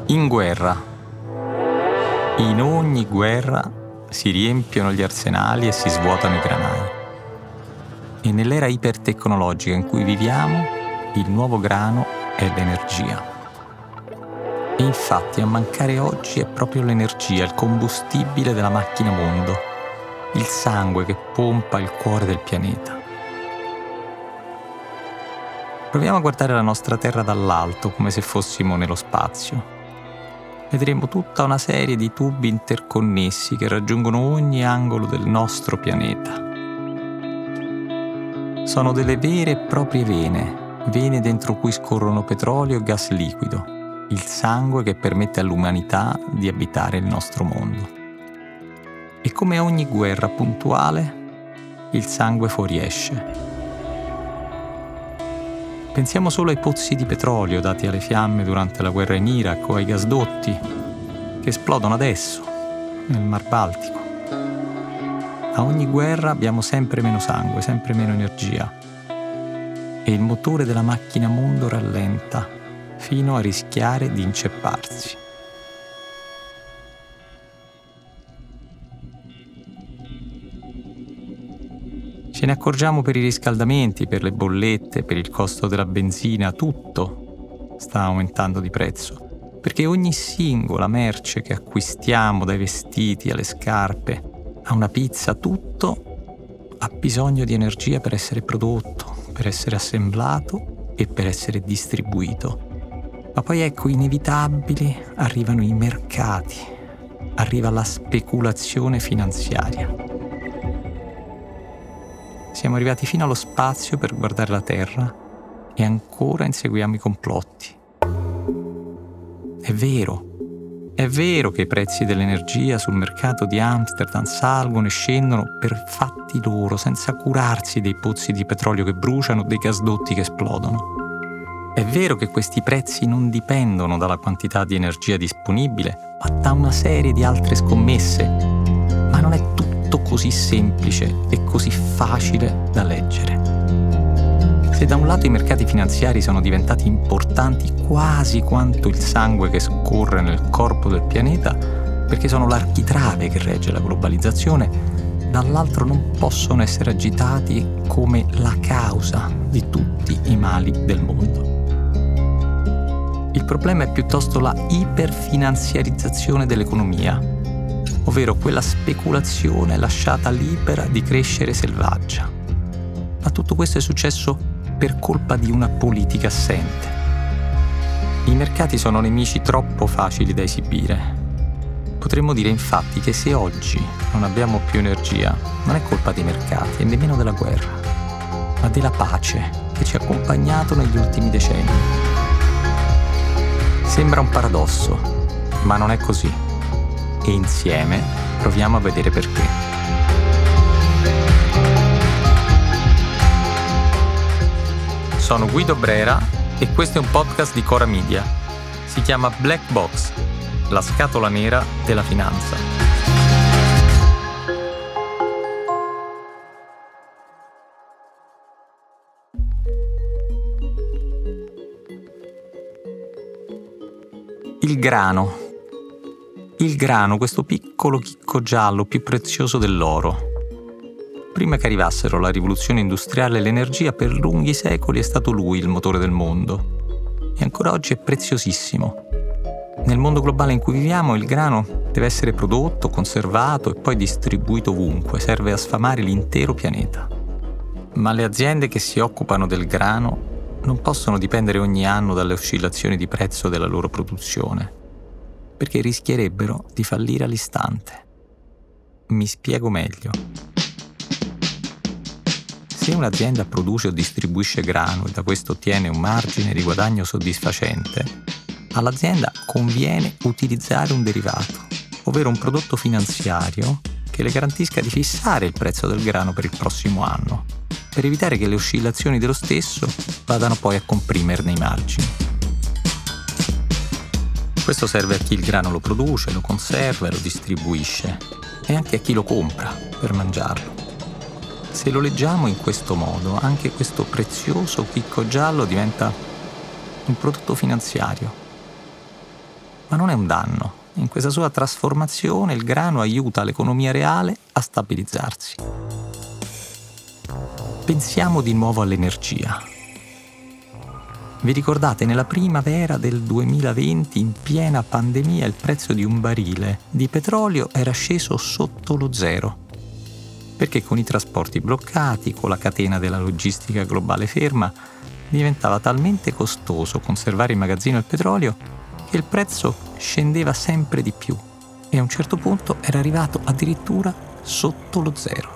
In guerra. In ogni guerra si riempiono gli arsenali e si svuotano i granai. E nell'era ipertecnologica in cui viviamo, il nuovo grano è l'energia. E infatti a mancare oggi è proprio l'energia, il combustibile della macchina mondo, il sangue che pompa il cuore del pianeta. Proviamo a guardare la nostra Terra dall'alto, come se fossimo nello spazio. Vedremo tutta una serie di tubi interconnessi che raggiungono ogni angolo del nostro pianeta. Sono delle vere e proprie vene dentro cui scorrono petrolio e gas liquido, il sangue che permette all'umanità di abitare il nostro mondo. E come ogni guerra puntuale, il sangue fuoriesce. Pensiamo solo ai pozzi di petrolio dati alle fiamme durante la guerra in Iraq o ai gasdotti che esplodono adesso nel Mar Baltico. A ogni guerra abbiamo sempre meno sangue, sempre meno energia e il motore della macchina mondo rallenta fino a rischiare di incepparsi. Ce ne accorgiamo per i riscaldamenti, per le bollette, per il costo della benzina, tutto sta aumentando di prezzo, perché ogni singola merce che acquistiamo, dai vestiti alle scarpe, a una pizza, tutto ha bisogno di energia per essere prodotto, per essere assemblato e per essere distribuito. Ma poi ecco, inevitabili arrivano i mercati, arriva la speculazione finanziaria. Siamo arrivati fino allo spazio per guardare la Terra e ancora inseguiamo i complotti. È vero che i prezzi dell'energia sul mercato di Amsterdam salgono e scendono per fatti loro, senza curarsi dei pozzi di petrolio che bruciano, dei gasdotti che esplodono. È vero che questi prezzi non dipendono dalla quantità di energia disponibile, ma da una serie di altre scommesse. Ma non è tutto così semplice e così facile da leggere. Se da un lato i mercati finanziari sono diventati importanti quasi quanto il sangue che scorre nel corpo del pianeta, perché sono l'architrave che regge la globalizzazione, dall'altro non possono essere agitati come la causa di tutti i mali del mondo. Il problema è piuttosto la iperfinanziarizzazione dell'economia, ovvero quella speculazione lasciata libera di crescere selvaggia. Ma tutto questo è successo per colpa di una politica assente. I mercati sono nemici troppo facili da esibire. Potremmo dire infatti che se oggi non abbiamo più energia, non è colpa dei mercati e nemmeno della guerra, ma della pace che ci ha accompagnato negli ultimi decenni. Sembra un paradosso, ma non è così. E insieme proviamo a vedere perché. Sono Guido Brera e questo è un podcast di Cora Media. Si chiama Black Box, la scatola nera della finanza. Il grano, questo piccolo chicco giallo più prezioso dell'oro. Prima che arrivassero la rivoluzione industriale e l'energia, per lunghi secoli è stato lui il motore del mondo. E ancora oggi è preziosissimo. Nel mondo globale in cui viviamo, il grano deve essere prodotto, conservato e poi distribuito ovunque. Serve a sfamare l'intero pianeta. Ma le aziende che si occupano del grano non possono dipendere ogni anno dalle oscillazioni di prezzo della loro produzione, perché rischierebbero di fallire all'istante. Mi spiego meglio. Se un'azienda produce o distribuisce grano e da questo ottiene un margine di guadagno soddisfacente, all'azienda conviene utilizzare un derivato, ovvero un prodotto finanziario che le garantisca di fissare il prezzo del grano per il prossimo anno, per evitare che le oscillazioni dello stesso vadano poi a comprimerne i margini. Questo serve a chi il grano lo produce, lo conserva e lo distribuisce, e anche a chi lo compra per mangiarlo. Se lo leggiamo in questo modo, anche questo prezioso chicco giallo diventa un prodotto finanziario. Ma non è un danno. In questa sua trasformazione il grano aiuta l'economia reale a stabilizzarsi. Pensiamo di nuovo all'energia. Vi ricordate, nella primavera del 2020, in piena pandemia, il prezzo di un barile di petrolio era sceso sotto lo zero. Perché con i trasporti bloccati, con la catena della logistica globale ferma, diventava talmente costoso conservare in magazzino il petrolio che il prezzo scendeva sempre di più e a un certo punto era arrivato addirittura sotto lo zero.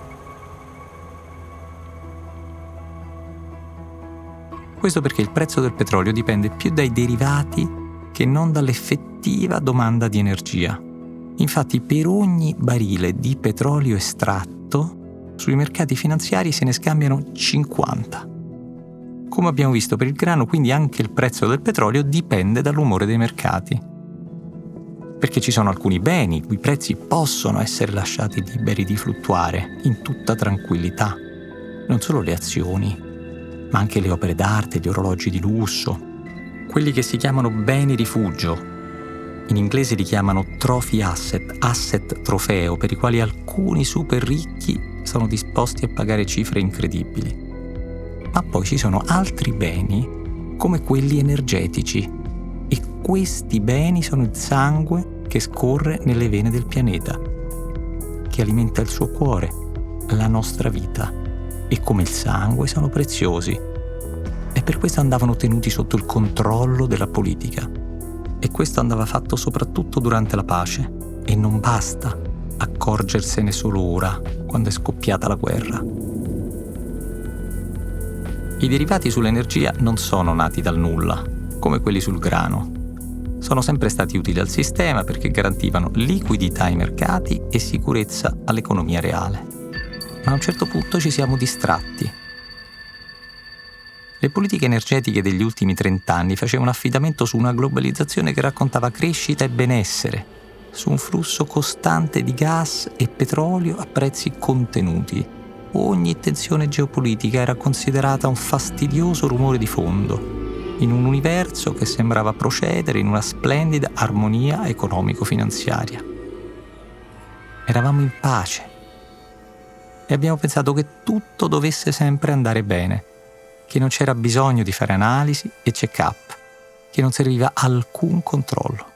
Questo perché il prezzo del petrolio dipende più dai derivati che non dall'effettiva domanda di energia. Infatti, per ogni barile di petrolio estratto, sui mercati finanziari se ne scambiano 50. Come abbiamo visto per il grano, quindi anche il prezzo del petrolio dipende dall'umore dei mercati. Perché ci sono alcuni beni i cui prezzi possono essere lasciati liberi di fluttuare in tutta tranquillità. Non solo le azioni, ma anche le opere d'arte, gli orologi di lusso, quelli che si chiamano beni rifugio. In inglese li chiamano trophy asset, asset trofeo, per i quali alcuni super ricchi sono disposti a pagare cifre incredibili. Ma poi ci sono altri beni, come quelli energetici, e questi beni sono il sangue che scorre nelle vene del pianeta, che alimenta il suo cuore, la nostra vita, e come il sangue sono preziosi. E per questo andavano tenuti sotto il controllo della politica. E questo andava fatto soprattutto durante la pace, e non basta accorgersene solo ora, quando è scoppiata la guerra. I derivati sull'energia non sono nati dal nulla, come quelli sul grano. Sono sempre stati utili al sistema perché garantivano liquidità ai mercati e sicurezza all'economia reale. Ma a un certo punto ci siamo distratti. Le politiche energetiche degli ultimi 30 anni facevano affidamento su una globalizzazione che raccontava crescita e benessere, su un flusso costante di gas e petrolio a prezzi contenuti. Ogni tensione geopolitica era considerata un fastidioso rumore di fondo, in un universo che sembrava procedere in una splendida armonia economico-finanziaria. Eravamo in pace e abbiamo pensato che tutto dovesse sempre andare bene, che non c'era bisogno di fare analisi e check-up, che non serviva alcun controllo.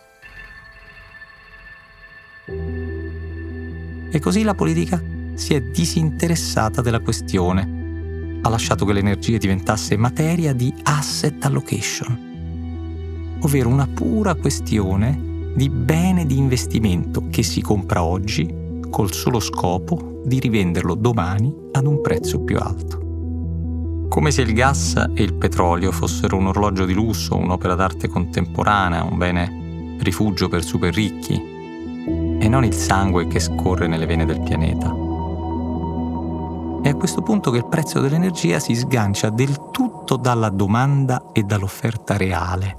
E così la politica si è disinteressata della questione, ha lasciato che l'energia diventasse materia di asset allocation, ovvero una pura questione di bene di investimento che si compra oggi col solo scopo di rivenderlo domani ad un prezzo più alto. Come se il gas e il petrolio fossero un orologio di lusso, un'opera d'arte contemporanea, un bene rifugio per super ricchi, e non il sangue che scorre nelle vene del pianeta. È a questo punto che il prezzo dell'energia si sgancia del tutto dalla domanda e dall'offerta reale.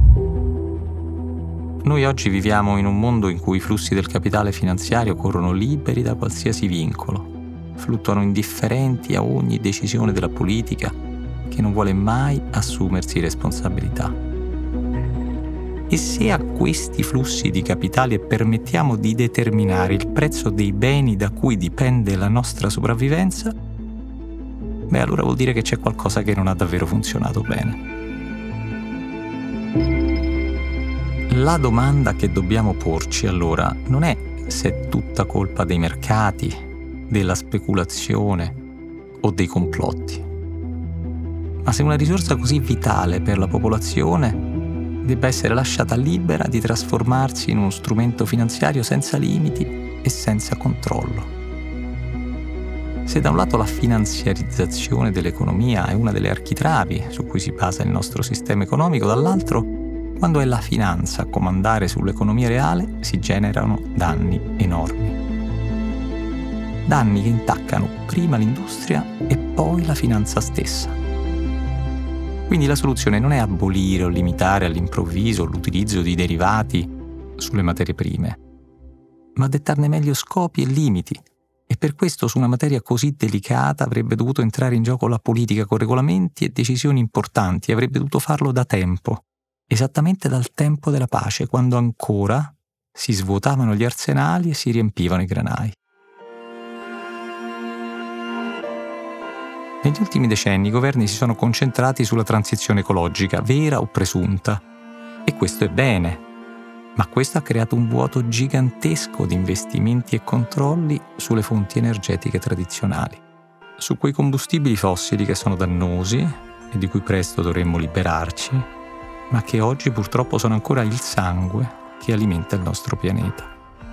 Noi oggi viviamo in un mondo in cui i flussi del capitale finanziario corrono liberi da qualsiasi vincolo, fluttuano indifferenti a ogni decisione della politica che non vuole mai assumersi responsabilità. E se a questi flussi di capitale permettiamo di determinare il prezzo dei beni da cui dipende la nostra sopravvivenza, beh, allora vuol dire che c'è qualcosa che non ha davvero funzionato bene. La domanda che dobbiamo porci allora non è se è tutta colpa dei mercati, della speculazione o dei complotti, ma se una risorsa così vitale per la popolazione debba essere lasciata libera di trasformarsi in uno strumento finanziario senza limiti e senza controllo. Se da un lato la finanziarizzazione dell'economia è una delle architravi su cui si basa il nostro sistema economico, dall'altro, quando è la finanza a comandare sull'economia reale, si generano danni enormi. Danni che intaccano prima l'industria e poi la finanza stessa. Quindi la soluzione non è abolire o limitare all'improvviso l'utilizzo di derivati sulle materie prime, ma dettarne meglio scopi e limiti. E per questo su una materia così delicata avrebbe dovuto entrare in gioco la politica con regolamenti e decisioni importanti, avrebbe dovuto farlo da tempo. esattamente dal tempo della pace, quando ancora si svuotavano gli arsenali e si riempivano i granai. Negli ultimi decenni i governi si sono concentrati sulla transizione ecologica, vera o presunta, e questo è bene, ma questo ha creato un vuoto gigantesco di investimenti e controlli sulle fonti energetiche tradizionali, su quei combustibili fossili che sono dannosi e di cui presto dovremmo liberarci, ma che oggi purtroppo sono ancora il sangue che alimenta il nostro pianeta.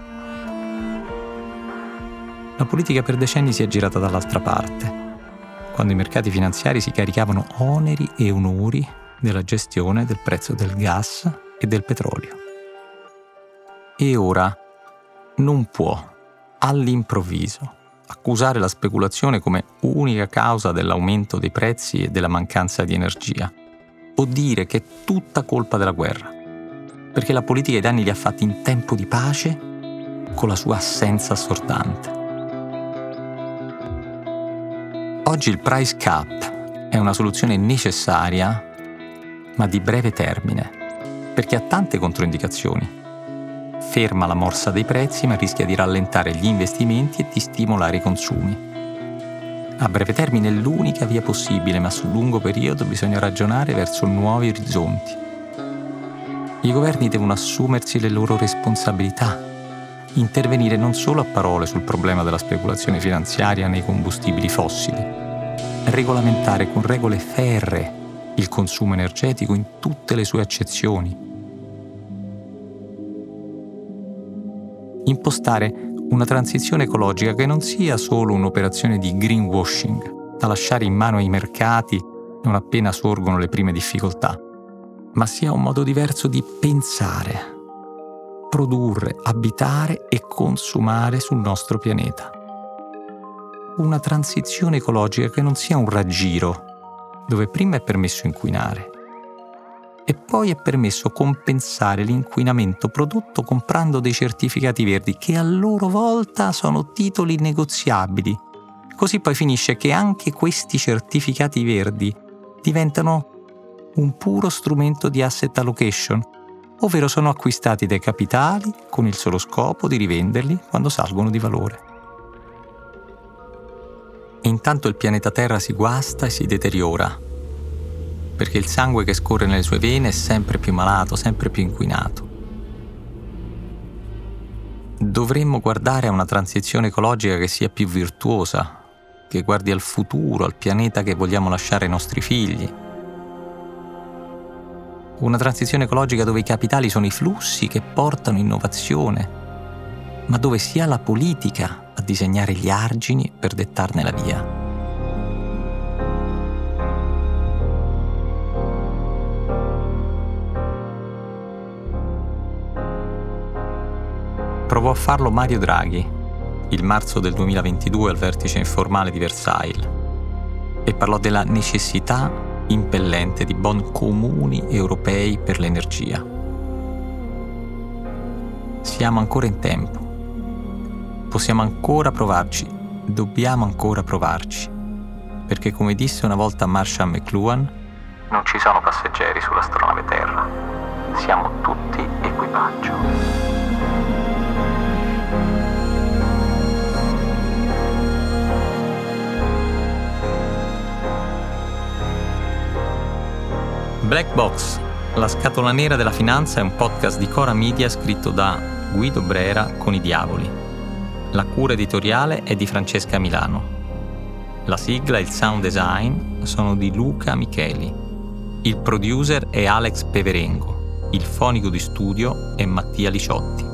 La politica per decenni si è girata dall'altra parte, quando i mercati finanziari si caricavano oneri e onori della gestione del prezzo del gas e del petrolio. E ora non può, all'improvviso, accusare la speculazione come unica causa dell'aumento dei prezzi e della mancanza di energia, o dire che è tutta colpa della guerra, perché la politica i danni li ha fatti in tempo di pace con la sua assenza assordante. Oggi il price cap è una soluzione necessaria, ma di breve termine, perché ha tante controindicazioni. Ferma la morsa dei prezzi, ma rischia di rallentare gli investimenti e di stimolare i consumi. A breve termine è l'unica via possibile, ma sul lungo periodo bisogna ragionare verso nuovi orizzonti. I governi devono assumersi le loro responsabilità, intervenire non solo a parole sul problema della speculazione finanziaria nei combustibili fossili, regolamentare con regole ferree il consumo energetico in tutte le sue accezioni, impostare una transizione ecologica che non sia solo un'operazione di greenwashing da lasciare in mano ai mercati non appena sorgono le prime difficoltà, ma sia un modo diverso di pensare, produrre, abitare e consumare sul nostro pianeta. Una transizione ecologica che non sia un raggiro, dove prima è permesso inquinare e poi è permesso compensare l'inquinamento prodotto comprando dei certificati verdi che a loro volta sono titoli negoziabili. Così poi finisce che anche questi certificati verdi diventano un puro strumento di asset allocation, ovvero sono acquistati dai capitali con il solo scopo di rivenderli quando salgono di valore. E intanto il pianeta Terra si guasta e si deteriora, perché il sangue che scorre nelle sue vene è sempre più malato, sempre più inquinato. Dovremmo guardare a una transizione ecologica che sia più virtuosa, che guardi al futuro, al pianeta che vogliamo lasciare ai nostri figli. Una transizione ecologica dove i capitali sono i flussi che portano innovazione, ma dove sia la politica a disegnare gli argini per dettarne la via. Provò a farlo Mario Draghi, il marzo del 2022 al vertice informale di Versailles, e parlò della necessità impellente di bond comuni europei per l'energia. Siamo ancora in tempo. Possiamo ancora provarci, dobbiamo ancora provarci, perché come disse una volta Marshall McLuhan, non ci sono passeggeri sull'astronave Terra, siamo tutti equipaggio. Black Box, la scatola nera della finanza è un podcast di Cora Media scritto da Guido Brera con i Diavoli. La cura editoriale è di Francesca Milano. La sigla e il sound design sono di Luca Micheli. Il producer è Alex Peverengo. Il fonico di studio è Mattia Liciotti.